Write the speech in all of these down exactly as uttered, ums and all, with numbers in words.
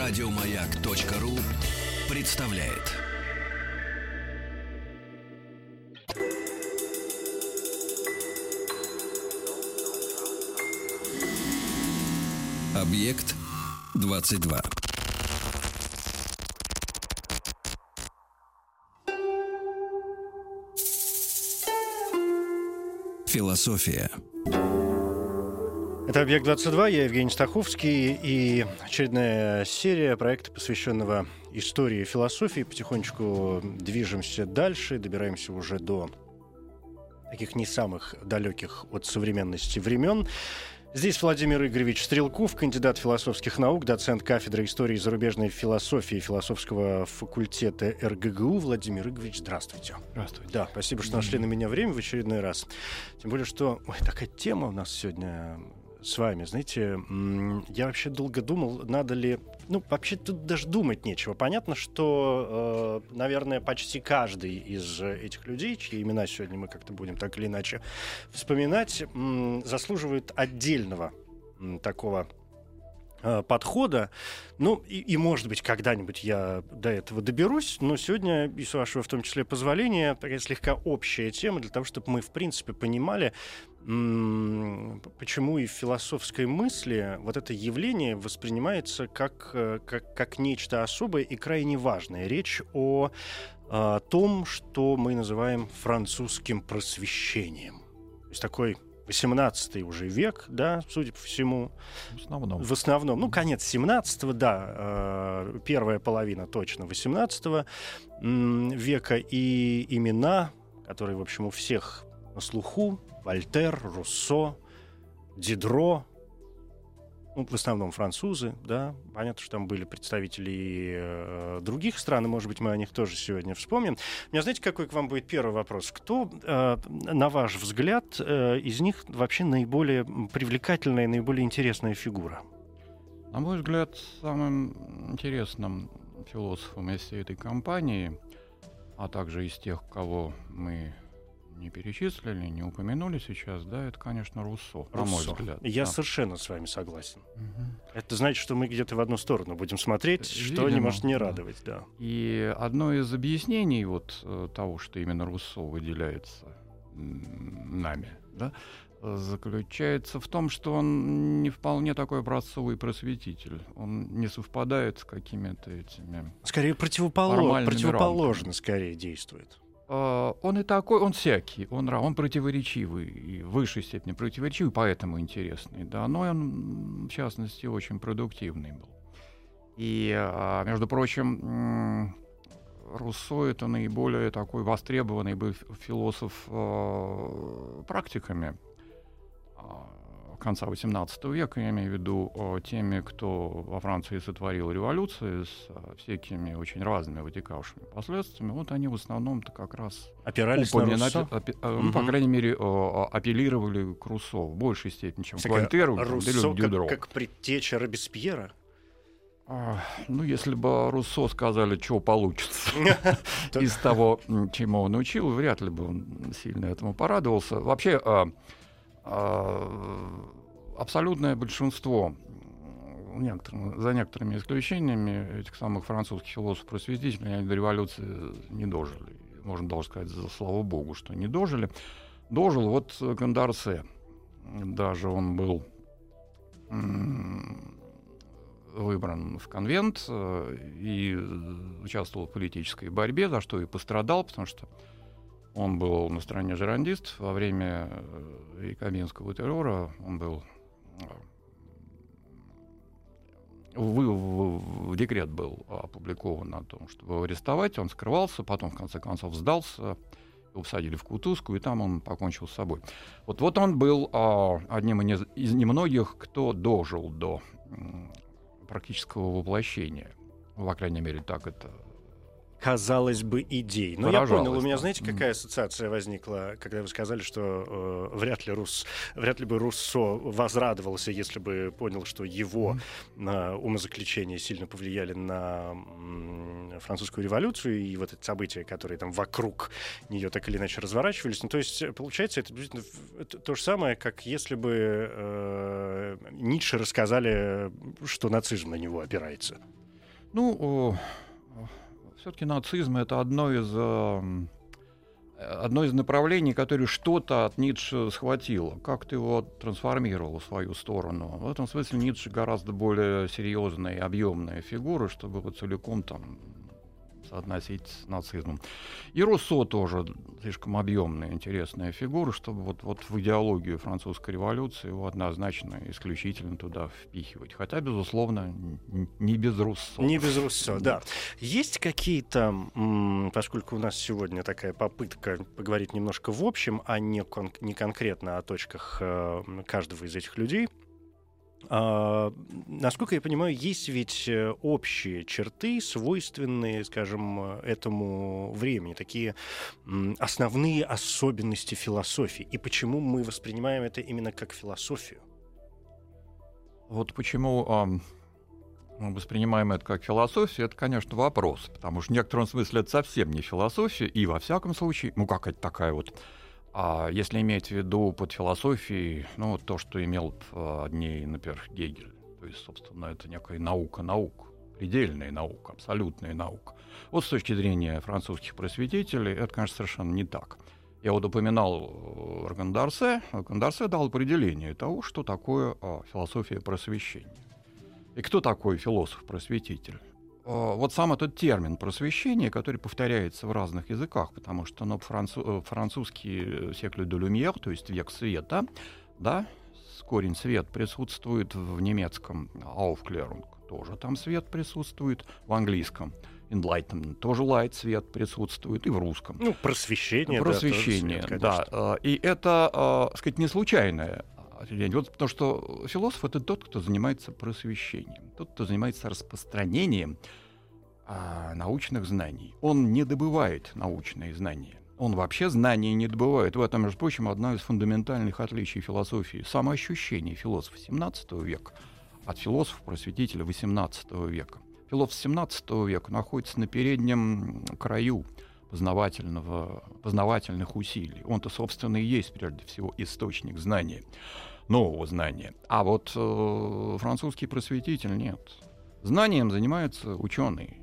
Радиомаяк.ру представляет. Объект двадцать два. Философия. Это «Объект двадцать два», я Евгений Стаховский, и очередная серия проекта, посвященного истории и философии. Потихонечку движемся дальше, добираемся уже до таких не самых далеких от современности времен. Здесь Владимир Игоревич Стрелков, кандидат философских наук, доцент кафедры истории и зарубежной философии философского факультета эр гэ гэ у. Владимир Игоревич, здравствуйте. Здравствуйте. Да, спасибо, что нашли на меня время в очередной раз. Тем более, что ой, такая тема у нас сегодня с вами. Знаете, я вообще долго думал, надо ли... Ну, вообще тут даже думать нечего. Понятно, что, э, наверное, почти каждый из этих людей, чьи имена сегодня мы как-то будем так или иначе вспоминать, э, заслуживает отдельного э, такого э, подхода. Ну, и, и, может быть, когда-нибудь я до этого доберусь, но сегодня, и с вашего в том числе позволения, такая слегка общая тема для того, чтобы мы, в принципе, понимали, почему и в философской мысли вот это явление воспринимается как, как, как нечто особое и крайне важное. Речь о, о том, что мы называем французским просвещением. То есть такой восемнадцатый уже век, да, судя по всему. В основном. В основном. Ну, конец семнадцатого, да, первая половина точно восемнадцатого века. И имена, которые, в общем, у всех на слуху: Вольтер, Руссо, Дидро, ну, в основном французы, да. Понятно, что там были представители и э, других стран, и, может быть, мы о них тоже сегодня вспомним. У меня, знаете, какой к вам будет первый вопрос? Кто, э, на ваш взгляд, э, из них вообще наиболее привлекательная и наиболее интересная фигура? На мой взгляд, самым интересным философом из всей этой компании, а также из тех, кого мы не перечислили, не упомянули сейчас, да, это, конечно, Руссо, на мой взгляд. Я да. совершенно с вами согласен. Угу. Это значит, что мы где-то в одну сторону будем смотреть, Видимо, что не может не да. радовать, да. И одно из объяснений вот того, что именно Руссо выделяется нами, да, заключается в том, что он не вполне такой образцовый просветитель. Он не совпадает с какими-то этими... Скорее противоположно, противоположно скорее действует. Он и такой, он всякий, он, он противоречивый, и в высшей степени противоречивый, поэтому интересный, да, но он, в частности, очень продуктивный был. И, между прочим, Руссо — это наиболее такой востребованный был философ практиками конца восемнадцатого века, я имею в виду теми, кто во Франции сотворил революцию с всякими очень разными вытекавшими последствиями. Вот они в основном-то как раз опирались упоминали, на Руссо? Опи, угу. ну, по крайней мере, апеллировали к Руссо в большей степени, чем к Вольтеру или к Дидро. Как, как предтеча Робеспьера? А, ну, если бы Руссо сказали, что получится из того, чему он учил, вряд ли бы он сильно этому порадовался. Вообще, абсолютное большинство, некоторым, за некоторыми исключениями, этих самых французских философов-просветителей, они до революции не дожили. Можно даже сказать, за слава богу, что не дожили. Дожил вот Кондорсе. Даже он был м- выбран в конвент и участвовал в политической борьбе, за что и пострадал, потому что он был на стороне жерандистов во время якобинского террора. Он был в, в, в декрет был опубликован о том, чтобы его арестовать. Он скрывался, потом в конце концов сдался, его посадили в Кутузку, и там он покончил с собой. Вот, вот он был а, одним из, из немногих, кто дожил до м, практического воплощения. По крайней мере, так это казалось бы, идей. Но я понял, у меня, знаете, какая ассоциация возникла, когда вы сказали, что э, вряд ли Рус, вряд ли бы Руссо возрадовался, если бы понял, что его э, умозаключения сильно повлияли на э, французскую революцию и вот эти события, которые там вокруг нее так или иначе разворачивались. Ну, то есть, получается, это, это то же самое, как если бы э, Ницше рассказали, что нацизм на него опирается. Ну, все-таки нацизм — это одно из, одно из направлений, которое что-то от Ницше схватило. Как-то его трансформировало в свою сторону. В этом смысле Ницше гораздо более серьезная и объемная фигура, чтобы его целиком там соотносить с нацизмом. И Руссо тоже слишком объемная, интересная фигура, чтобы вот, вот в идеологию французской революции его однозначно исключительно туда впихивать. Хотя, безусловно, не без Руссо. Не без Руссо, да. Есть какие-то, поскольку у нас сегодня такая попытка поговорить немножко в общем, а не, кон- не конкретно о точках каждого из этих людей, А, насколько я понимаю, есть ведь общие черты, свойственные, скажем, этому времени, такие м, основные особенности философии. И почему мы воспринимаем это именно как философию? Вот почему а, мы воспринимаем это как философию, это, конечно, вопрос. Потому что в некотором смысле это совсем не философия, и во всяком случае, ну как это такая вот... А если иметь в виду под философией, ну, вот то, что имел одни, например, Гегель, то есть, собственно, это некая наука наук, предельная наука, абсолютная наука. Вот с точки зрения французских просветителей, это, конечно, совершенно не так. Я вот упоминал Раган-Дарсе. Раган-Дарсе дал определение того, что такое а, философия просвещения. И кто такой философ-просветитель? Вот сам этот термин просвещение, который повторяется в разных языках, потому что ну, францу, французский «siècle de lumière», то есть век света, да, корень свет присутствует в немецком «Aufklärung», тоже там свет присутствует, в английском «enlightenment», тоже light, свет присутствует, и в русском. Ну, просвещение, просвещение, да, свет, да. И это, так сказать, не случайное. Вот потому что философ — это тот, кто занимается просвещением, тот, кто занимается распространением а, научных знаний. Он не добывает научные знания. Он вообще знания не добывает. В этом, между прочим, одно из фундаментальных отличий философии. Самоощущение философа семнадцатого века от философа-просветителя восемнадцатого века. Философ семнадцатого века находится на переднем краю познавательного, познавательных усилий. Он-то, собственно, и есть, прежде всего, источник знания, нового знания. А вот э, французский просветитель нет. Знанием занимаются ученые.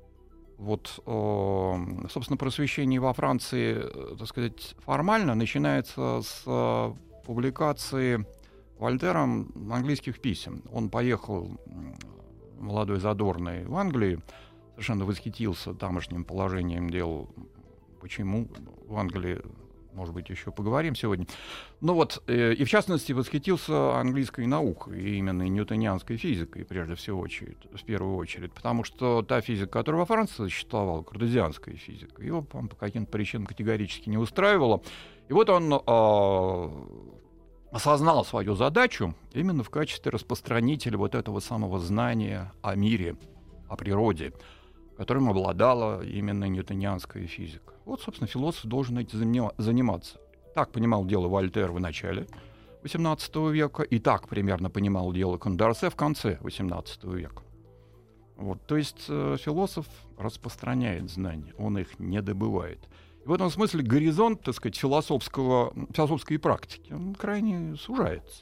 Вот, э, собственно, просвещение во Франции, э, так сказать, формально начинается с э, публикации Вольтером английских писем. Он поехал, молодой задорный, в Англию, совершенно восхитился тамошним положением дел. Почему в Англии, может быть, еще поговорим сегодня. Ну вот, э, и в частности восхитился английской наукой, и именно ньютонианской физикой, прежде всего, очередь, в первую очередь. Потому что та физика, которая во Франции существовала, кардезианская физика, его по, по каким-то причинам категорически не устраивала. И вот он э, осознал свою задачу именно в качестве распространителя вот этого самого знания о мире, о природе, которым обладала именно ньютонианская физика. Вот, собственно, философ должен этим заниматься. Так понимал дело Вольтер в начале восемнадцатого века, и так примерно понимал дело Кондорсе в конце восемнадцатого века. Вот, то есть э, философ распространяет знания, он их не добывает. И в этом смысле горизонт, так сказать, философского, философской практики, он крайне сужается.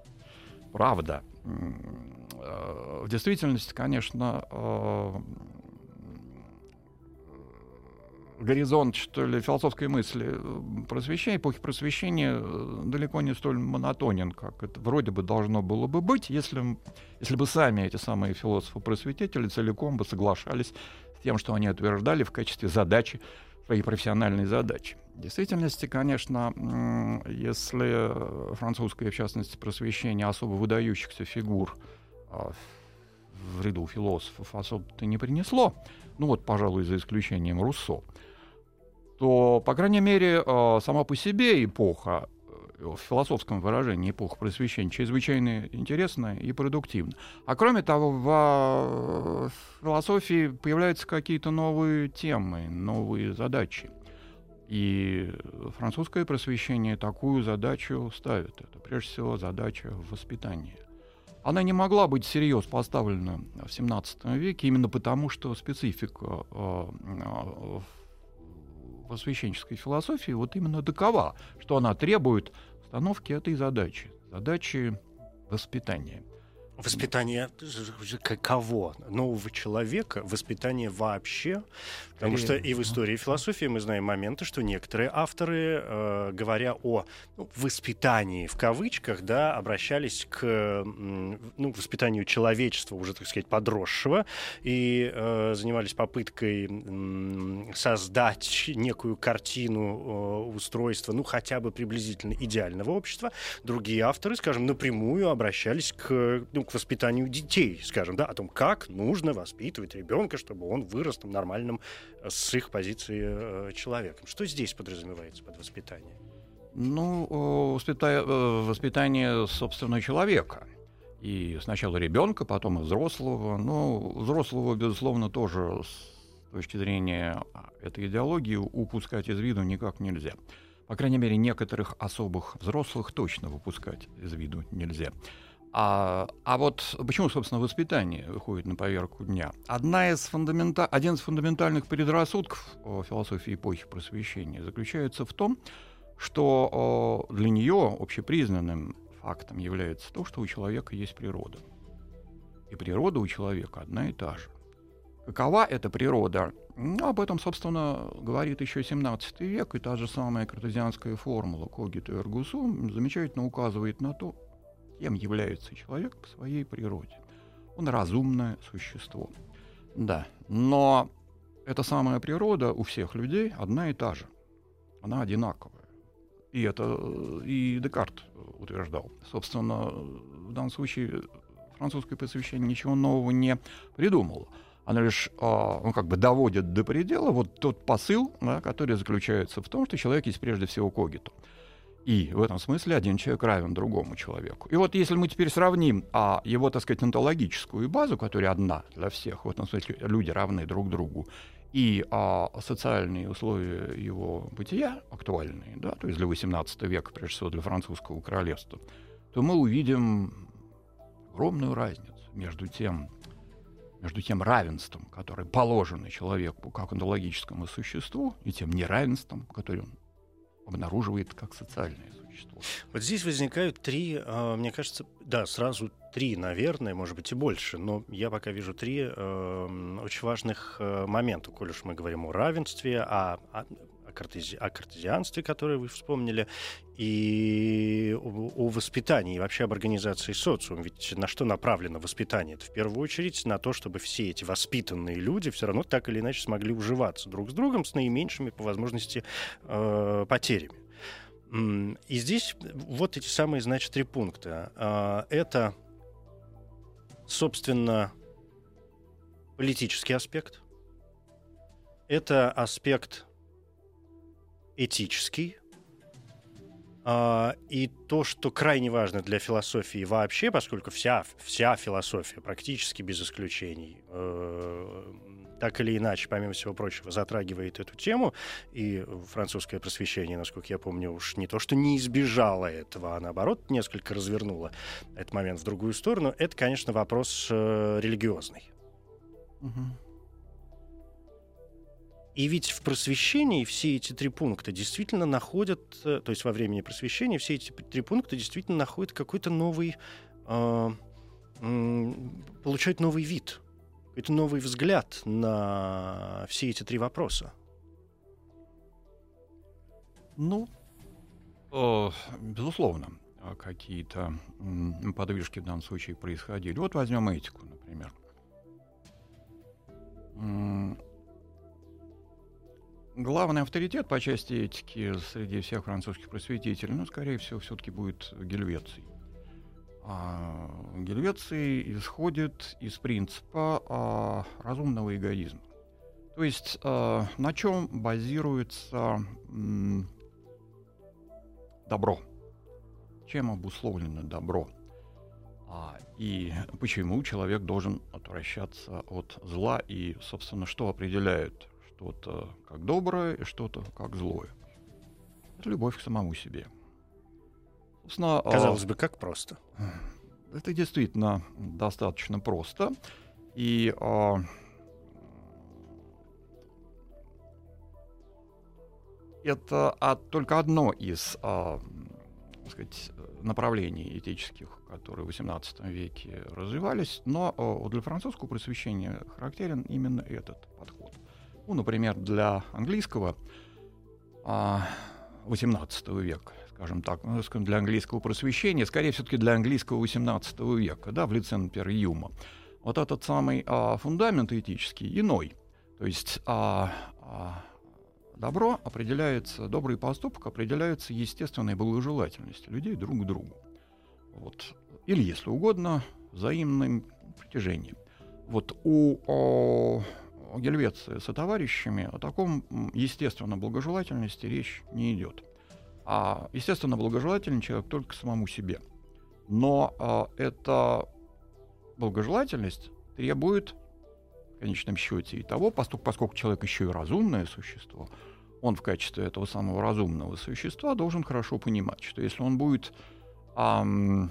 Правда. Э, в действительности, конечно, э, горизонт, что ли, философской мысли просвещения, эпохи просвещения далеко не столь монотонен, как это вроде бы должно было бы быть, если, если бы сами эти самые философы-просветители целиком бы соглашались с тем, что они утверждали в качестве задачи, своей профессиональной задачи. В действительности, конечно, если французское, в частности, просвещение особо выдающихся фигур в ряду философов особо-то не принесло, ну вот, пожалуй, за исключением Руссо, то, по крайней мере, сама по себе эпоха, в философском выражении эпоха просвещения, чрезвычайно интересна и продуктивна. А кроме того, в философии появляются какие-то новые темы, новые задачи. И французское просвещение такую задачу ставит. Это, прежде всего, задача воспитания. Она не могла быть всерьез поставлена в семнадцатом веке именно потому, что специфика э, э, просвещенческой философии вот именно такова, что она требует установки этой задачи, задачи воспитания. Воспитание кого? Нового человека? Воспитание вообще? Потому что и в истории философии мы знаем моменты, что некоторые авторы, э, говоря о ну, воспитании в кавычках, да, обращались к ну, воспитанию человечества, уже, так сказать, подросшего, и э, занимались попыткой э, создать некую картину э, устройства, ну, хотя бы приблизительно идеального общества. Другие авторы, скажем, напрямую обращались к, ну, к воспитанию детей, скажем, да, о том, как нужно воспитывать ребенка, чтобы он вырос там нормальным с их позиции э, человеком. Что здесь подразумевается под воспитанием? Ну, воспита... воспитание, собственно, человека. И сначала ребенка, потом и взрослого. Но взрослого, безусловно, тоже с точки зрения этой идеологии упускать из виду никак нельзя. По крайней мере, некоторых особых взрослых точно выпускать из виду нельзя. А, а вот почему, собственно, воспитание выходит на поверку дня? Одна из фундамента... Один из фундаментальных предрассудков философии эпохи Просвещения заключается в том, что для нее общепризнанным фактом является то, что у человека есть природа. И природа у человека одна и та же. Какова эта природа? Ну, об этом, собственно, говорит еще семнадцатый век, и та же самая картезианская формула «когито эрго сум» замечательно указывает на то, кем является человек по своей природе. Он разумное существо. Да, но эта самая природа у всех людей одна и та же. Она одинаковая. И это и Декарт утверждал. Собственно, в данном случае французское просвещение ничего нового не придумало. Оно лишь ну, как бы доводит до предела вот тот посыл, да, который заключается в том, что человек есть прежде всего когито. И в этом смысле один человек равен другому человеку. И вот если мы теперь сравним а, его, так сказать, онтологическую базу, которая одна для всех, в этом смысле люди равны друг другу, и а, социальные условия его бытия актуальные, да, то есть для восемнадцатого века, прежде всего для французского королевства, то мы увидим огромную разницу между тем, между тем равенством, которое положено человеку как онтологическому существу, и тем неравенством, которое он обнаруживает как социальное существо. Вот здесь возникают три, э, мне кажется, да, сразу три, наверное, может быть и больше, но я пока вижу три э, очень важных э, момента, коль уж мы говорим о равенстве, о, о, о, картези, о картезианстве, которое вы вспомнили, и о, о воспитании, и вообще об организации социума. Ведь на что направлено воспитание? Это в первую очередь на то, чтобы все эти воспитанные люди все равно так или иначе смогли уживаться друг с другом с наименьшими, по возможности, э, потерями. И здесь вот эти самые, значит, три пункта. Это, собственно, политический аспект. Это аспект этический. И то, что крайне важно для философии вообще, поскольку вся, вся философия, практически без исключений, так или иначе, помимо всего прочего, затрагивает эту тему, и французское просвещение, насколько я помню, уж не то, что не избежало этого, а наоборот, несколько развернуло этот момент в другую сторону, это, конечно, вопрос э, религиозный. Угу. И ведь в просвещении все эти три пункта действительно находят, то есть во времени просвещения все эти три пункта действительно находят какой-то новый, э, э, получают новый вид. Это новый взгляд на все эти три вопроса. Ну, э, безусловно, какие-то м, подвижки в данном случае происходили. Вот возьмем этику, например. М- главный авторитет по части этики среди всех французских просветителей, ну, скорее всего, все-таки будет Гельвеций. А Гельвеций исходит из принципа а, разумного эгоизма. То есть а, на чем базируется м, добро? Чем обусловлено добро? А, и почему человек должен отвращаться от зла? И, собственно, что определяет что-то как доброе и что-то как злое? Это любовь к самому себе. Собственно, казалось бы, как просто. Это действительно достаточно просто. И а, это а, только одно из а, так сказать, направлений этических, которые в восемнадцатом веке развивались, но э, для французского просвещения характерен именно этот подход. Ну, например, для английского э, восемнадцатого века, скажем так, ну, для английского просвещения, скорее все-таки для английского восемнадцатого века, да, в лице, например, Юма, вот этот самый э, фундамент этический иной. То есть э, э, добро определяется, добрый поступок определяется естественной благожелательностью людей друг к другу. Вот. Или, если угодно, взаимным притяжением. Вот у о, Гельвеция со товарищами о таком естественной благожелательности речь не идет. А естественно благожелательный человек только к самому себе. Но а, эта благожелательность требует в конечном счете и того, поскольку, поскольку человек еще и разумное существо, он в качестве этого самого разумного существа должен хорошо понимать, что если он будет ам,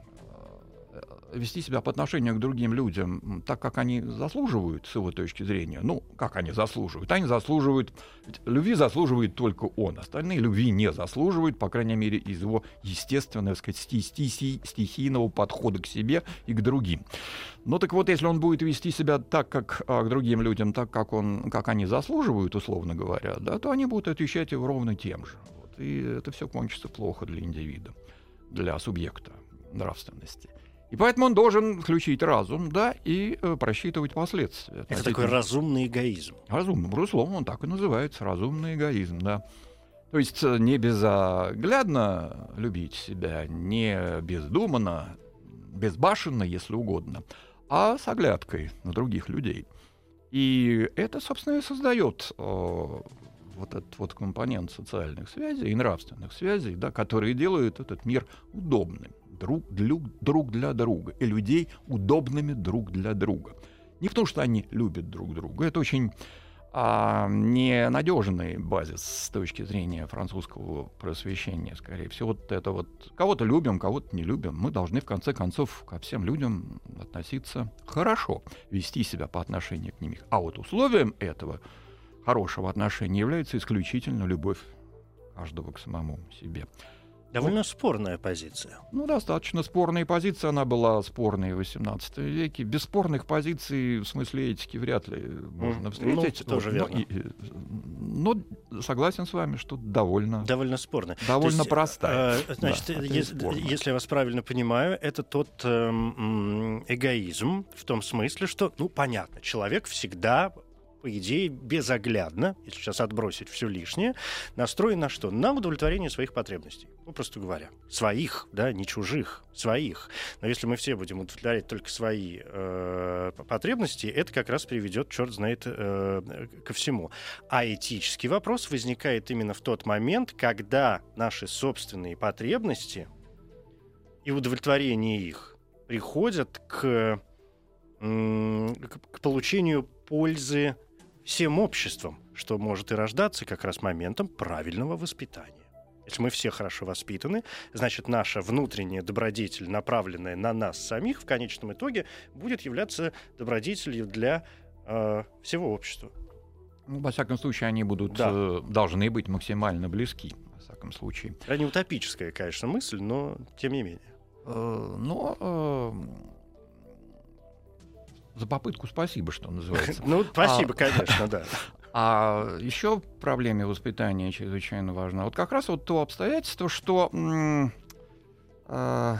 вести себя по отношению к другим людям так, как они заслуживают, с его точки зрения, ну, как они заслуживают? Они заслуживают, ведь любви заслуживает только он, остальные любви не заслуживают, по крайней мере, из его естественного, так сказать, сти- сти- стихийного подхода к себе и к другим. Ну, так вот, если он будет вести себя так, как а, к другим людям, так, как, он, как они заслуживают, условно говоря, да, то они будут отвечать его ровно тем же. Вот. И это все кончится плохо для индивида, для субъекта нравственности. И поэтому он должен включить разум, да, и э, просчитывать последствия. Это такой разумный эгоизм. Разумный, безусловно, он так и называется, разумный эгоизм, да. То есть не безоглядно любить себя, не бездуманно, безбашенно, если угодно, а с оглядкой на других людей. И это, собственно, и создает э, вот этот вот компонент социальных связей и нравственных связей, да, которые делают этот мир удобным. Друг для, друг для друга, и людей удобными друг для друга. Не потому, что они любят друг друга. Это очень а, ненадежный базис с точки зрения французского просвещения, скорее всего. Вот это вот кого-то любим, кого-то не любим. Мы должны, в конце концов, ко всем людям относиться хорошо, вести себя по отношению к ним. А вот условием этого хорошего отношения является исключительно любовь каждого к самому себе. Довольно спорная позиция. Ну, достаточно спорная позиция. Она была спорной в восемнадцатом веке. Бесспорных позиций в смысле этики вряд ли можно встретить. Ну, тоже вот, верно. Но, но согласен с вами, что довольно, довольно спорная. Довольно есть, простая. Э, значит, да, если, если я вас правильно понимаю, это тот э, эгоизм в том смысле, что, ну, понятно, человек всегда, по идее, безоглядно, если сейчас отбросить все лишнее, настроен на что? На удовлетворение своих потребностей. Попросту говоря. Своих, да, не чужих, своих. Но если мы все будем удовлетворять только свои э, потребности, это как раз приведет, черт знает, э, ко всему. А этический вопрос возникает именно в тот момент, когда наши собственные потребности и удовлетворение их приходят к, э, к получению пользы всем обществом, что может и рождаться как раз моментом правильного воспитания. Если мы все хорошо воспитаны, значит, наша внутренняя добродетель, направленная на нас самих, в конечном итоге будет являться добродетелью для э, всего общества. Ну, во всяком случае, они будут, да. э, должны быть максимально близки, во всяком случае. Крайне утопическая, конечно, мысль, но тем не менее. Э, но... Э, за попытку спасибо, что называется. Ну, спасибо, конечно, да. А еще проблеме воспитания чрезвычайно важна. Вот как раз вот то обстоятельство, что м- э-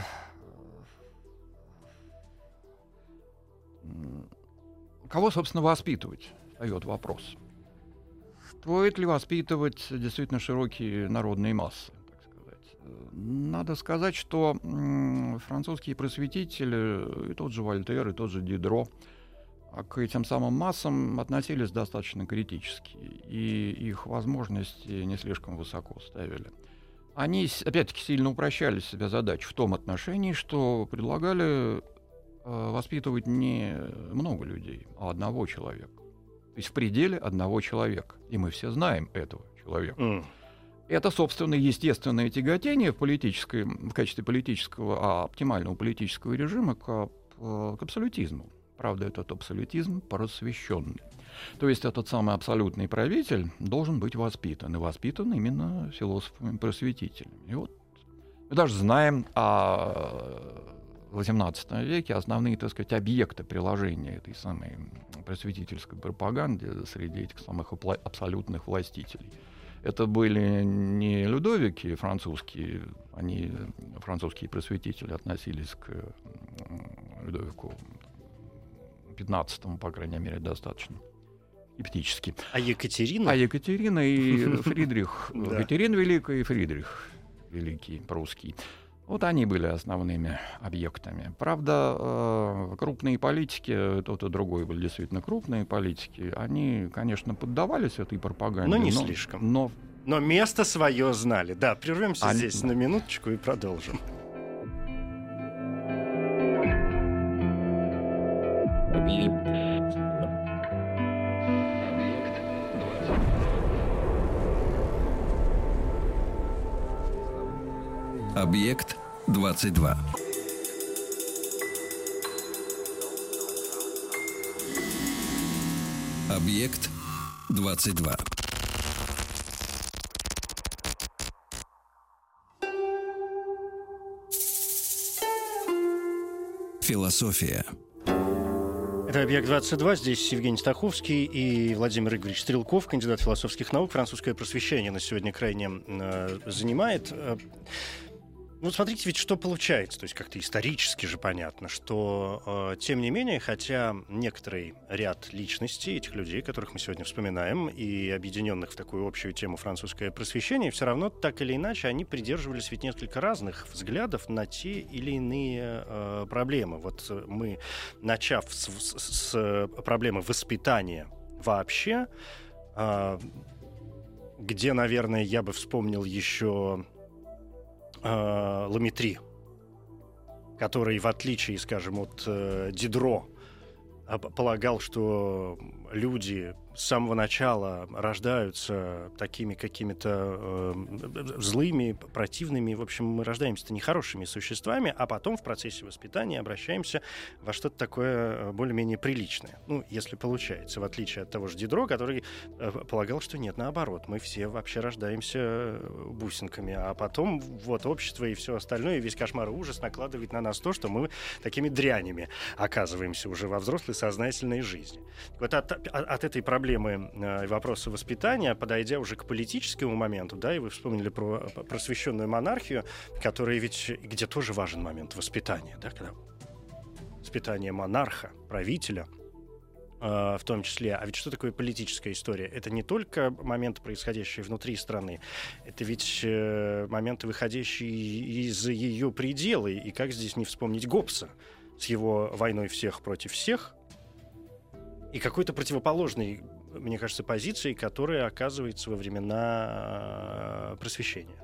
кого, собственно, воспитывать, встает вопрос. Стоит ли воспитывать действительно широкие народные массы, так сказать? Надо сказать, что м- французские просветители, и тот же Вольтер, и тот же Дидро, к этим самым массам относились достаточно критически, и их возможности не слишком высоко ставили. Они, опять-таки, сильно упрощали себе задачу в том отношении, что предлагали э, воспитывать не много людей, а одного человека. То есть в пределе одного человека. И мы все знаем этого человека. Mm. Это, собственно, естественное тяготение в, политической, в качестве политического, а, оптимального политического режима к, к абсолютизму. Правда, этот абсолютизм просвещенный. То есть этот самый абсолютный правитель должен быть воспитан. И воспитан именно философами-просветителями. И вот Мы даже знаем о восемнадцатом веке основные, так сказать, объекты приложения этой самой просветительской пропаганды среди этих самых абсолютных властителей. Это были не Людовики французские, они, французские просветители, относились к Людовику пятнадцатому, по крайней мере, достаточно скептически. А Екатерина? А Екатерина и Фридрих, Екатерина Великая и Фридрих Великий, прусский. Вот они были основными объектами. Правда, крупные политики, тот и другой были действительно крупные политики, они, конечно, поддавались этой пропаганде. Но не но, слишком. Но... но место свое знали. Да, прервемся они... здесь на минуточку и продолжим. Объект двадцать два. Объект двадцать два. Философия. Это «Объект двадцать два». Здесь Евгений Стаховский и Владимир Игоревич Стрелков, кандидат философских наук. Французское просвещение нас сегодня крайне э, занимает. Ну, смотрите, ведь что получается. То есть как-то исторически же понятно, что, э, тем не менее, хотя некоторый ряд личностей, этих людей, которых мы сегодня вспоминаем, и объединенных в такую общую тему французское просвещение, все равно так или иначе они придерживались ведь несколько разных взглядов на те или иные э, проблемы. Вот мы, начав с, с, с проблемы воспитания вообще, э, где, наверное, я бы вспомнил еще Ламетри, который, в отличие, скажем, от э, Дидро, полагал, что люди с самого начала рождаются такими какими-то э, злыми, противными. В общем, мы рождаемся-то нехорошими существами, а потом в процессе воспитания обращаемся во что-то такое более-менее приличное. Ну, если получается, в отличие от того же Дидро, который э, полагал, что нет, наоборот, мы все вообще рождаемся бусинками, а потом вот общество и все остальное, и весь кошмар и ужас накладывает на нас то, что мы такими дрянями оказываемся уже во взрослой сознательной жизни. Вот от, от, от этой проблемы проблемы и вопросы воспитания, подойдя уже к политическому моменту, да, и вы вспомнили про просвещенную монархию, которая ведь, где тоже важен момент воспитания, да, когда воспитание монарха, правителя, э, в том числе. А ведь что такое политическая история? Это не только моменты, происходящие внутри страны, это ведь э, моменты, выходящие из ее предела. И как здесь не вспомнить Гоббса с его «Войной всех против всех», и какой-то противоположной, мне кажется, позиции, которая оказывается во времена просвещения.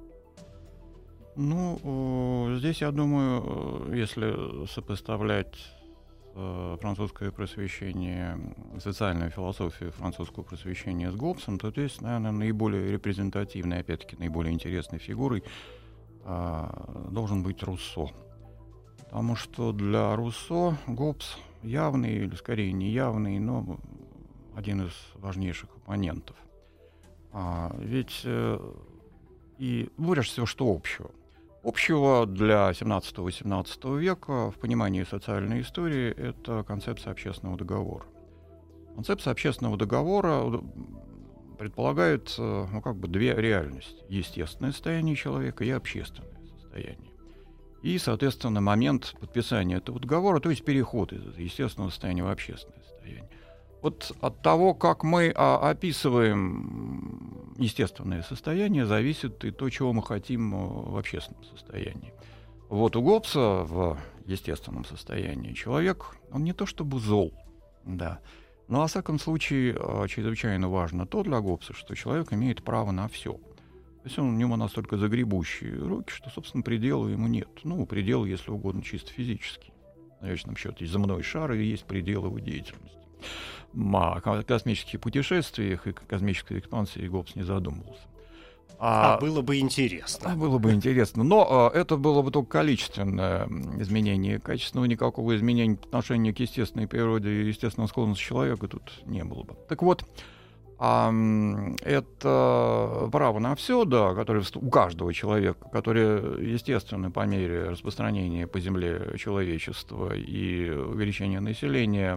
Ну, здесь, я думаю, если сопоставлять французское просвещение, социальную философию французского просвещения с Гоббсом, то здесь, наверное, наиболее репрезентативной, опять-таки, наиболее интересной фигурой должен быть Руссо. Потому что для Руссо Гоббс явный, или скорее неявный, но один из важнейших оппонентов. А, ведь э, и, ну, прежде всего, что общего? Общего для семнадцатого-восемнадцатого века в понимании социальной истории это концепция общественного договора. Концепция общественного договора предполагает, ну, как бы две реальности: естественное состояние человека и общественное состояние. И, соответственно, момент подписания этого договора, то есть переход из естественного состояния в общественное состояние. Вот от того, как мы а, описываем естественное состояние, зависит и то, чего мы хотим в общественном состоянии. Вот у Гоббса в естественном состоянии человек, он не то чтобы зол, да, но, во всяком случае, чрезвычайно важно то для Гоббса, что человек имеет право на все. То есть он, у него настолько загребущие руки, что, собственно, предела ему нет. Ну, предел, если угодно, чисто физический. В конечном счете, земной шар и есть предел его деятельности. О космических путешествиях и космической экспансии Гоббс не задумывался. А, а было бы интересно. А было бы интересно. Но а, это было бы только количественное изменение. Качественного никакого изменения по отношению к естественной природе и естественным склонностям человека тут не было бы. Так вот, А, это право на все, да, которое у каждого человека, которое естественно по мере распространения по земле человечества и увеличения населения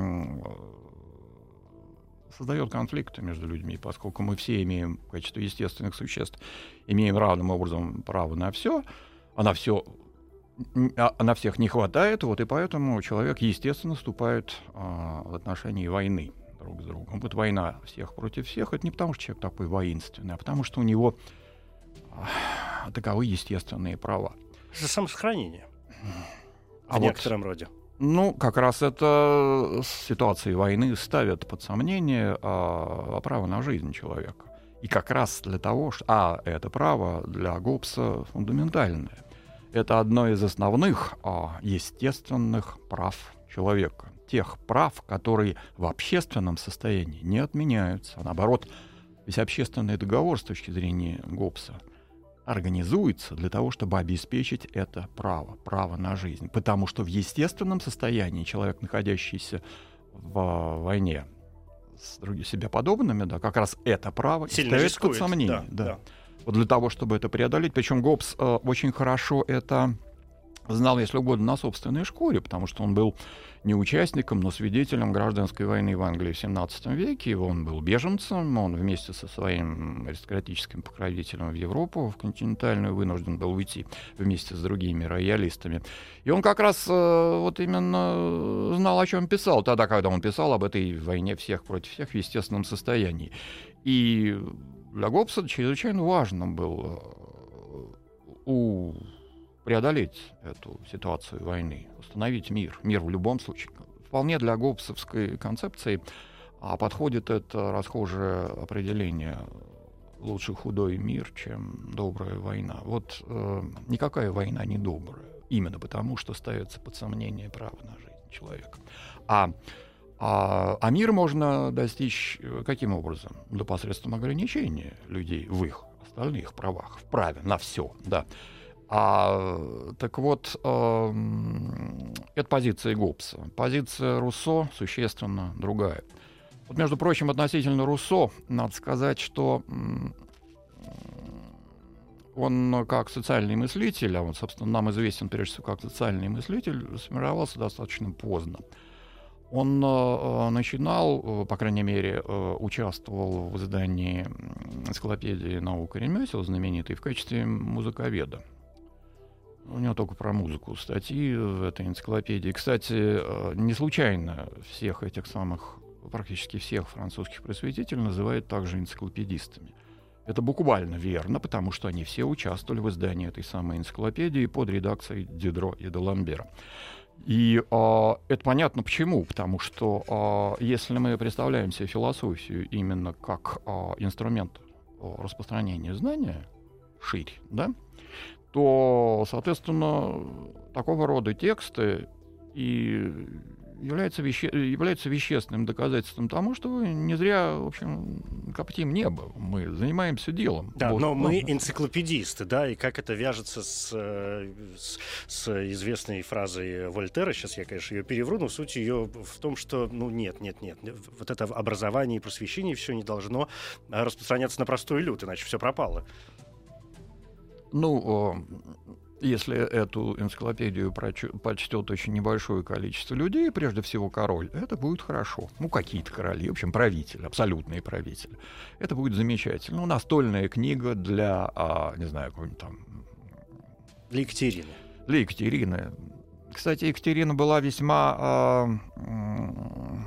создает конфликты между людьми, поскольку мы все имеем в качестве естественных существ имеем равным образом право на все, а на все а на всех не хватает, вот и поэтому человек естественно вступает а, в отношении войны друг с другом. Вот война всех против всех, это не потому, что человек такой воинственный, а потому, что у него а, таковы естественные права. За самосохранение. А в вот, некотором роде. Ну, как раз это ситуации войны ставят под сомнение а, право на жизнь человека. И как раз для того, что... А, это право для Гоббса фундаментальное. Это одно из основных а, естественных прав человека. Тех прав, которые в общественном состоянии не отменяются. А наоборот, весь общественный договор с точки зрения Гоббса организуется для того, чтобы обеспечить это право, право на жизнь. Потому что в естественном состоянии человек, находящийся в войне с другими себе подобными, да, как раз это право сильно ставит рискует, под сомнение. Да, да. да. Вот для того, чтобы это преодолеть. Причем Гоббс э, очень хорошо это знал, если угодно, на собственной шкуре, потому что он был не участником, но свидетелем гражданской войны в Англии в семнадцатом веке. Он был беженцем, он вместе со своим аристократическим покровителем в Европу, в континентальную, вынужден был уйти вместе с другими роялистами. И он как раз э, вот именно знал, о чем писал, тогда, когда он писал об этой войне всех против всех в естественном состоянии. И для Гоббса чрезвычайно важно было у... преодолеть эту ситуацию войны, установить мир. Мир в любом случае. Вполне для гоббсовской концепции а подходит это расхожее определение «лучше худой мир, чем добрая война». Вот э, никакая война не добрая, именно потому, что ставится под сомнение право на жизнь человека. А А, а мир можно достичь каким образом? Да посредством ограничения людей в их остальных правах, в праве на все, да. А, так вот, э, это позиция Гоббса. Позиция Руссо существенно другая. Вот, между прочим, относительно Руссо, надо сказать, что он как социальный мыслитель, а он, собственно, нам известен прежде всего как социальный мыслитель, сформировался достаточно поздно. Он э, начинал, по крайней мере, э, участвовал в издании энциклопедии «Наука и ремесел» знаменитой в качестве музыковеда. У него только про музыку статьи в этой энциклопедии. Кстати, э, не случайно всех этих самых, практически всех французских просветителей называют также энциклопедистами. Это буквально верно, потому что они все участвовали в издании этой самой энциклопедии под редакцией Дидро и де Ламбера. И э, это понятно почему, потому что э, если мы представляем себе философию именно как э, инструмент распространения знания шире, да, то, соответственно, такого рода тексты и являются, веще... являются вещественным доказательством тому, что вы не зря, в общем, коптим небо. Мы занимаемся делом. Да, вот. но мы энциклопедисты, да, и как это вяжется с, с, с известной фразой Вольтера, сейчас я, конечно, ее перевру, но суть ее в том, что, ну, нет, нет, нет, вот это образование и просвещение все не должно распространяться на простой люд, иначе все пропало. Ну, если эту энциклопедию прочтет очень небольшое количество людей, прежде всего король, это будет хорошо. Ну, какие-то короли, в общем, правители, абсолютные правители. Это будет замечательно. Ну, настольная книга для, а, не знаю, какой-нибудь там... Для Екатерины. Для Екатерины. Кстати, Екатерина была весьма... А, а,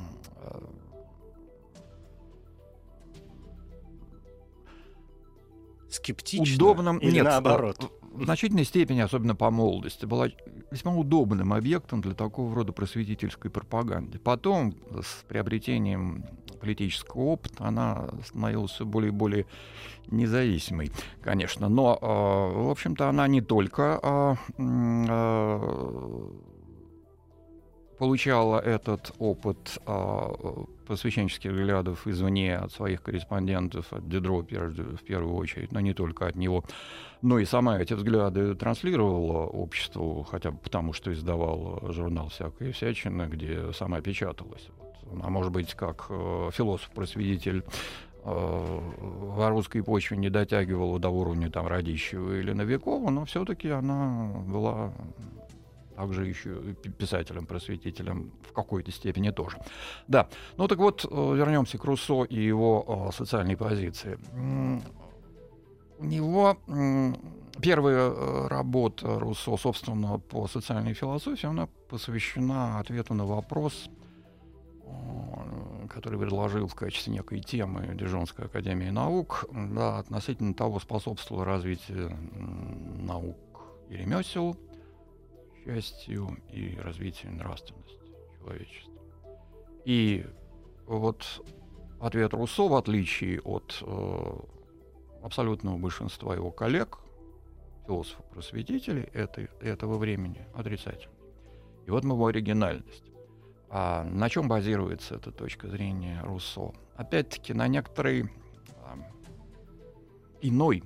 скептично удобным, или нет, наоборот? В значительной степени, особенно по молодости, была весьма удобным объектом для такого рода просветительской пропаганды. Потом, с приобретением политического опыта, она становилась все более и более независимой, конечно. Но, э, в общем-то, она не только э, э, получала этот опыт э, просвещенческих взглядов извне, от своих корреспондентов, от Дидро в первую очередь, но не только от него, но и сама эти взгляды транслировала обществу, хотя бы потому, что издавала журнал «Всякая всячина», где сама печаталась. Вот. А может быть, как э, философ-просветитель э, в русской почве не дотягивала до уровня там, Радищева или Новикова, но все-таки она была также еще писателем-просветителем в какой-то степени тоже. Да, ну так вот, вернемся к Руссо и его социальной позиции. У него первая работа Руссо, собственно, по социальной философии, она посвящена ответу на вопрос, который предложил в качестве некой темы Дижонской академии наук, да, относительно того, способствовало развитию наук и ремесел, счастью и развитию нравственности человечества. И вот ответ Руссо, в отличие от э, абсолютного большинства его коллег, философов-просветителей этой, этого времени, отрицательный. И вот его оригинальность. А на чем базируется эта точка зрения Руссо? Опять-таки на некоторой а, иной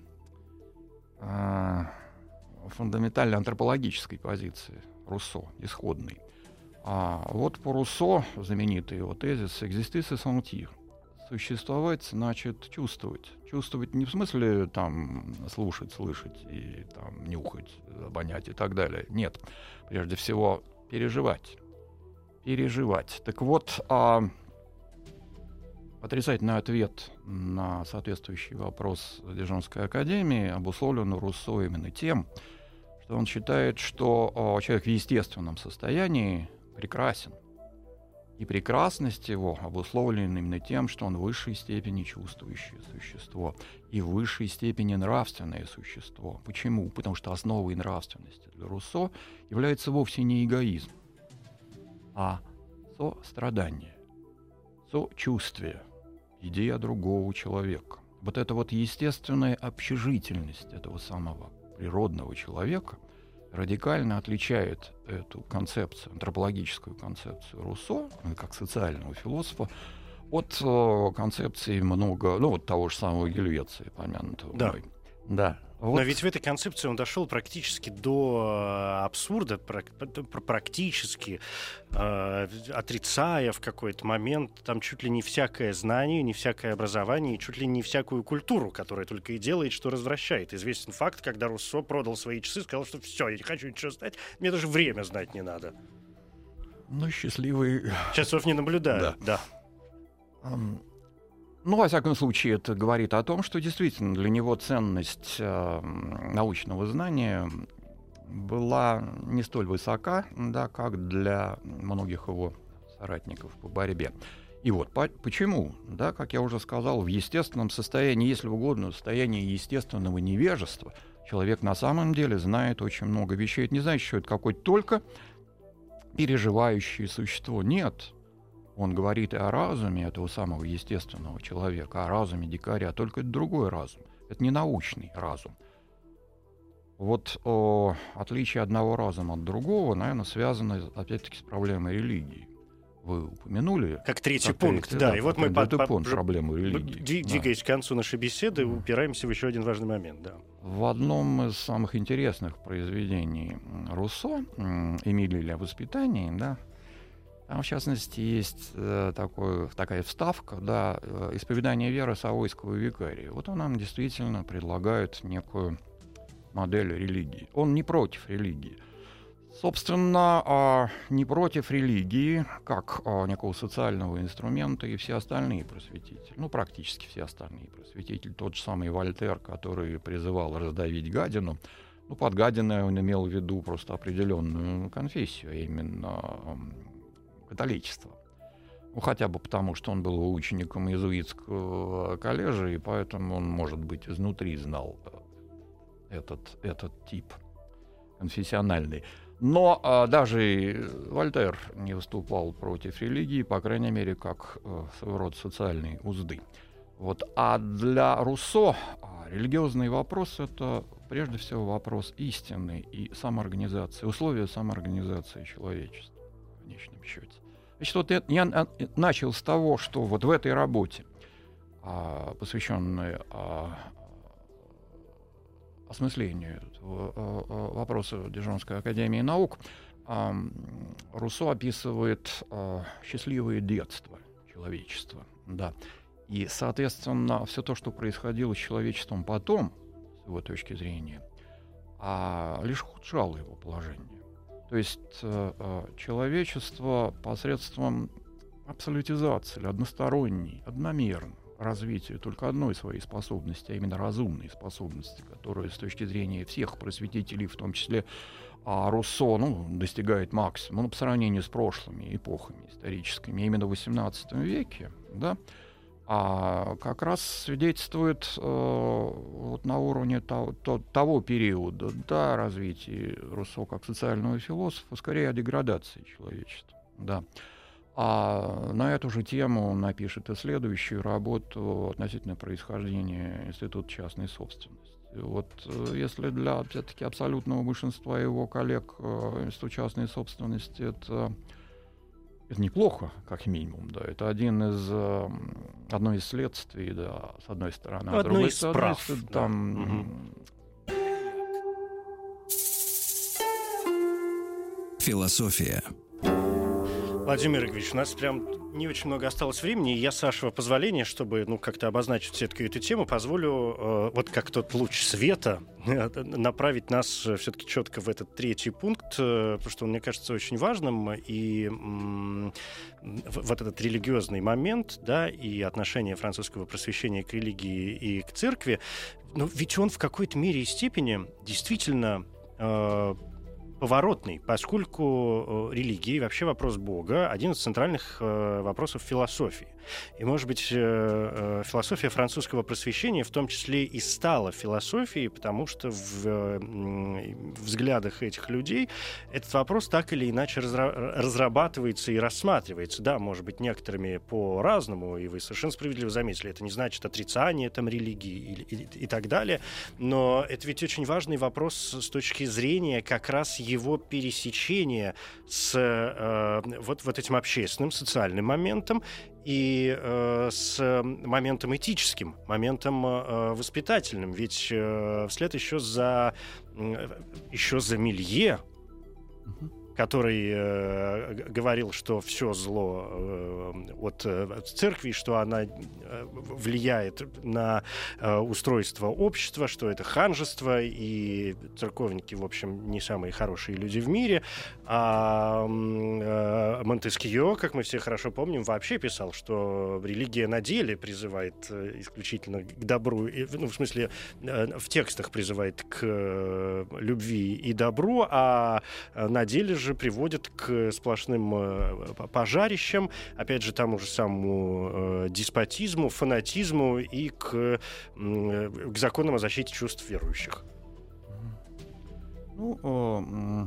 а, фундаментальной антропологической позиции Руссо, исходной. А вот по Руссо знаменитый его тезис «exister c'est sentir». Существовать значит чувствовать. Чувствовать не в смысле там слушать, слышать и там нюхать, обонять и так далее. Нет. Прежде всего переживать. Переживать. Так вот, а, отрицательный ответ на соответствующий вопрос Дижонской академии обусловлен Руссо именно тем, что он считает, что а, человек в естественном состоянии прекрасен. И прекрасность его обусловлена именно тем, что он в высшей степени чувствующее существо и в высшей степени нравственное существо. Почему? Потому что основой нравственности для Руссо является вовсе не эгоизм, а сострадание, сочувствие, идея другого человека. Вот эта вот естественная общежительность этого самого природного человека радикально отличает эту концепцию, антропологическую концепцию Руссо, как социального философа, от о, концепции много, ну вот того же самого Гельвеция, помянутого да. мной. Да. Вот. Но ведь в этой концепции он дошел практически до абсурда, практически э, отрицая в какой-то момент там чуть ли не всякое знание, не всякое образование, и чуть ли не всякую культуру, которая только и делает, что развращает. Известен факт, когда Руссо продал свои часы, сказал, что все, я не хочу ничего знать, мне даже время знать не надо. Ну, счастливый... Часов не наблюдаю, да. да. Um... Ну, во всяком случае, это говорит о том, что действительно для него ценность э, научного знания была не столь высока, да, как для многих его соратников по борьбе. И вот по- почему, да, как я уже сказал, в естественном состоянии, если угодно, в состоянии естественного невежества, человек на самом деле знает очень много вещей. Это не значит, что это какое-то только переживающее существо. Нет. Он говорит и о разуме этого самого естественного человека, о разуме дикаря, только это другой разум. Это не научный разум. Вот о, отличие одного разума от другого, наверное, связано, опять-таки, с проблемой религии. Вы упомянули... Как третий пункт, да. да. И вот мы, под, под, пункт, проблему религии. Двигаясь да. к концу нашей беседы, mm. упираемся в еще один важный момент. Да. В одном из самых интересных произведений Руссо, «Эмилия о воспитании», да, там, в частности, есть э, такой, такая вставка, да, э, «Исповедание веры Савойского викария». Вот он нам действительно предлагает некую модель религии. Он не против религии. Собственно, э, не против религии, как э, некого социального инструмента, и все остальные просветители. Ну, практически все остальные просветители. Тот же самый Вольтер, который призывал раздавить гадину. Ну, под гадиной он имел в виду просто определенную конфессию, а именно... католичество. Ну, хотя бы потому, что он был учеником иезуитского колледжа, и поэтому он, может быть, изнутри знал этот, этот тип конфессиональный. Но а, даже Вольтер не выступал против религии, по крайней мере, как а, своего рода социальной узды. Вот. А для Руссо а, религиозный вопрос — это прежде всего вопрос истины и самоорганизации, условия самоорганизации человечества. конечном счете. Значит, вот я, я начал с того, что вот в этой работе, а, посвященной а, осмыслению вопроса Дижонской академии наук, а, Руссо описывает а, счастливое детство человечества. Да. И, соответственно, все то, что происходило с человечеством потом, с его точки зрения, а, лишь ухудшало его положение. То есть э, человечество посредством абсолютизации, односторонней, одномерной развития только одной своей способности, а именно разумной способности, которая с точки зрения всех просветителей, в том числе а Руссо, ну, достигает максимума, ну, по сравнению с прошлыми эпохами историческими, именно в восемнадцатом веке, да, а как раз свидетельствует э, вот на уровне того, то, того периода, да, развития Руссо как социального философа, скорее о деградации человечества. Да. А на эту же тему он напишет и следующую работу относительно происхождения института частной собственности. Вот если для все-таки абсолютного большинства его коллег э, институт частной собственности это Это неплохо, как минимум, да. Это один из, э, одно из следствий, да, с одной стороны. Ну, а одно другой, из прав. стороны, Да. там, Угу. Философия. Владимир Игоревич, у нас прям не очень много осталось времени, и я, с вашего позволения, чтобы ну, как-то обозначить все-таки эту тему, позволю э, вот как тот луч света направить нас все-таки четко в этот третий пункт, э, потому что он, мне кажется, очень важным, и м- вот этот религиозный момент, да, и отношение французского просвещения к религии и к церкви, ну, ведь он в какой-то мере и степени действительно э, поворотный, поскольку э, религия и вообще вопрос Бога — один из центральных э, вопросов философии. И, может быть, э, э, философия французского просвещения в том числе и стала философией, потому что в э, взглядах этих людей этот вопрос так или иначе разра- разрабатывается и рассматривается. Да, может быть, некоторыми по-разному, и вы совершенно справедливо заметили, это не значит отрицание там, религии и, и, и так далее, но это ведь очень важный вопрос с точки зрения как раз его пересечения с э, вот, вот этим общественным, социальным моментом и э, с моментом этическим, моментом э, воспитательным. Ведь э, вслед еще за, э, еще за Мелье, который э, говорил, что все зло э, от, от церкви, что она э, влияет на э, устройство общества, что это ханжество, и церковники, в общем, не самые хорошие люди в мире. А э, Монтескьё, как мы все хорошо помним, вообще писал, что религия на деле призывает исключительно к добру, ну, в смысле, э, в текстах призывает к э, любви и добру, а на деле же приводит к сплошным э, пожарищам, опять же, тому же самому э, деспотизму, фанатизму и к, э, к законам о защите чувств верующих. Ну, о,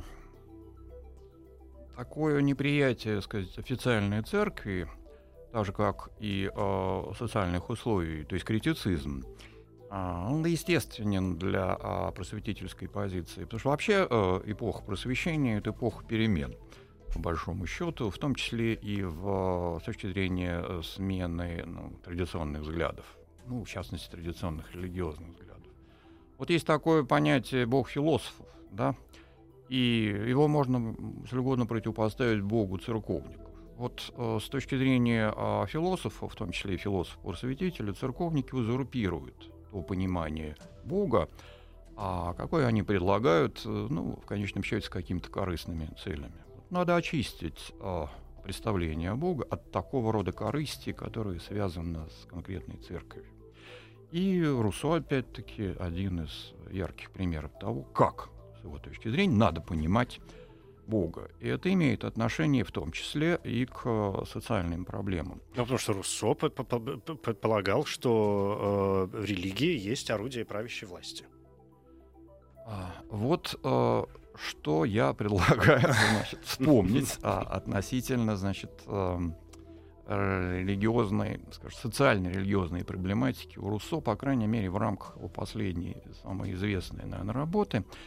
такое неприятие, так сказать, официальной церкви, так же, как и о, социальных условий, то есть критицизм, он естественен для а, просветительской позиции, потому что вообще а, эпоха просвещения — это эпоха перемен, по большому счету, в том числе и в, с точки зрения смены ну, традиционных взглядов, ну, в частности, традиционных религиозных взглядов. Вот есть такое понятие «бог философов», да, и его можно, если угодно, противопоставить богу церковников. Вот э, с точки зрения э, философов, в том числе и философов-просветителей, церковники узурпируют то понимание Бога, а какое они предлагают, ну, в конечном счете, с какими-то корыстными целями. Надо очистить э, представление о Боге от такого рода корысти, которые связаны с конкретной церковью. И Руссо, опять-таки, один из ярких примеров того, как, с его точки зрения, надо понимать Бога. И это имеет отношение в том числе и к социальным проблемам. Ну, потому что Руссо предполагал, что э, религия есть орудие правящей власти. А, вот э, что я предлагаю значит, вспомнить а, относительно значит, э, религиозной, скажем, социально-религиозной проблематики у Руссо, по крайней мере, в рамках его последней, самой известной, наверное, работы.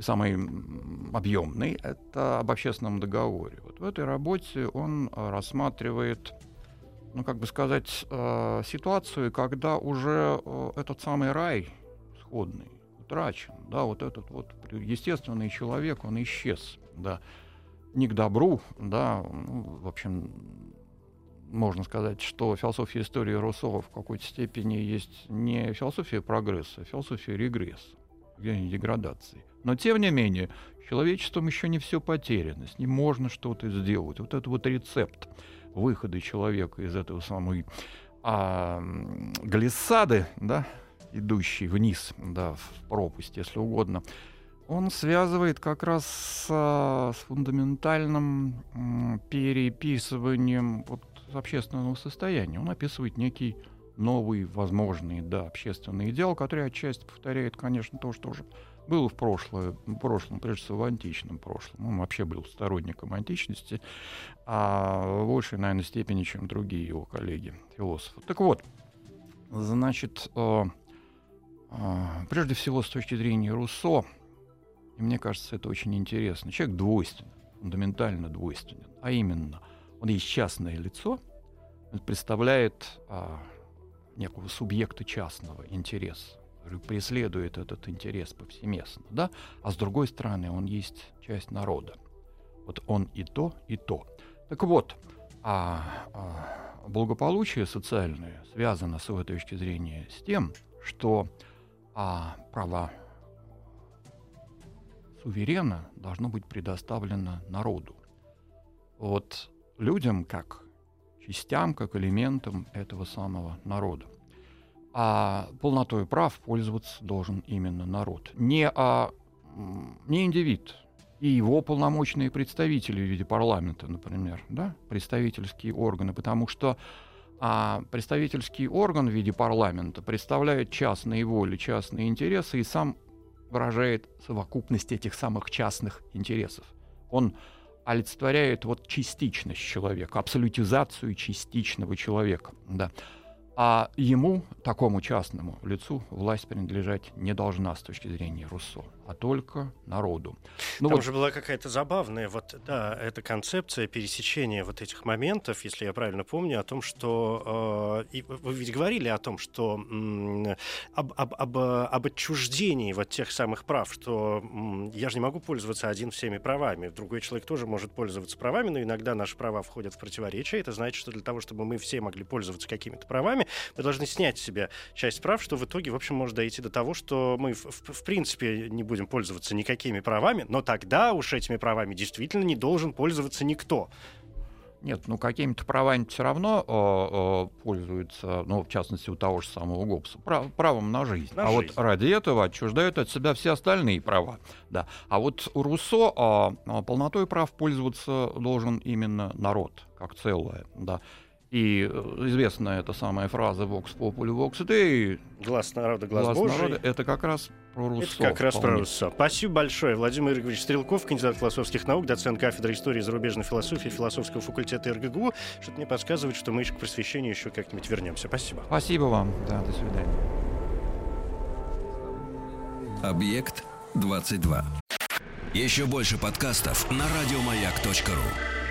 самый объемный, это об общественном договоре. Вот в этой работе он рассматривает, ну, как бы сказать, ситуацию, когда уже этот самый рай сходный утрачен, да, вот этот вот естественный человек, он исчез, да, не к добру, да, ну, в общем, можно сказать, что философия истории Руссо в какой-то степени есть не философия прогресса, а философия регресса, деградации. Но, тем не менее, с человечеством еще не все потеряно, с ним можно что-то сделать. Вот это вот рецепт выхода человека из этого самой а, глиссады, да, идущей вниз, да, в пропасть, если угодно, он связывает как раз с, с фундаментальным м, переписыванием вот, общественного состояния. Он описывает некий новый, возможный, да, общественный идеал, который отчасти повторяет, конечно, то, что уже было в, прошлое, в прошлом, прежде всего в античном прошлом. Он вообще был сторонником античности, а в большей, наверное, степени, чем другие его коллеги, философы. Так вот, значит, э, э, прежде всего, с точки зрения Руссо, и мне кажется, это очень интересно, человек двойственен, фундаментально двойственен, а именно, он есть частное лицо, он представляет а, некого субъекта частного интереса, который преследует этот интерес повсеместно, да? А с другой стороны, он есть часть народа. Вот он и то, и то. Так вот, а, а, благополучие социальное связано с этой точки зрения с тем, что а, право суверена должно быть предоставлено народу. Вот людям как частям, как элементам этого самого народа. А полнотой прав пользоваться должен именно народ. Не, а, не индивид и его полномочные представители в виде парламента, например, да? Представительские органы, потому что а, представительский орган в виде парламента представляет частные воли, частные интересы и сам выражает совокупность этих самых частных интересов. Он олицетворяет вот частичность человека, абсолютизацию частичного человека. Да. А ему, такому частному лицу, власть принадлежать не должна с точки зрения Руссо, а только народу. Ну, Там вот же была какая-то забавная вот, да, эта концепция пересечения вот этих моментов, если я правильно помню, о том, что... Э, и вы ведь говорили о том, что э, об, об, об, об отчуждении вот тех самых прав, что э, я же не могу пользоваться один всеми правами, другой человек тоже может пользоваться правами, но иногда наши права входят в противоречие. Это значит, что для того, чтобы мы все могли пользоваться какими-то правами, мы должны снять с себя часть прав, что в итоге, в общем, может дойти до того, что мы, в, в, в принципе, не будем пользоваться никакими правами, но тогда уж этими правами действительно не должен пользоваться никто. Нет, ну какими-то правами все равно э, э, пользуются, ну, в частности, у того же самого Гоббса, прав, правом на жизнь. На а жизнь. Вот ради этого отчуждают от себя все остальные права. Да. А вот у Руссо э, полнотой прав пользоваться должен именно народ, как целое, да. И известная эта самая фраза «Vox populi, vox Dei» — «Глаз народа, глаз, глаз Божий». Народа, это как раз про Руссо. Это как раз про Руссо. Спасибо большое. Владимир Игоревич Стрелков, кандидат философских наук, доцент кафедры истории и зарубежной философии философского факультета эр гэ гэ у. Что-то мне подсказывает, что мы еще к просвещению еще как-нибудь вернемся. Спасибо. Спасибо вам. Да, до свидания. Объект двадцать два. Еще больше подкастов на радиомаяк точка ру.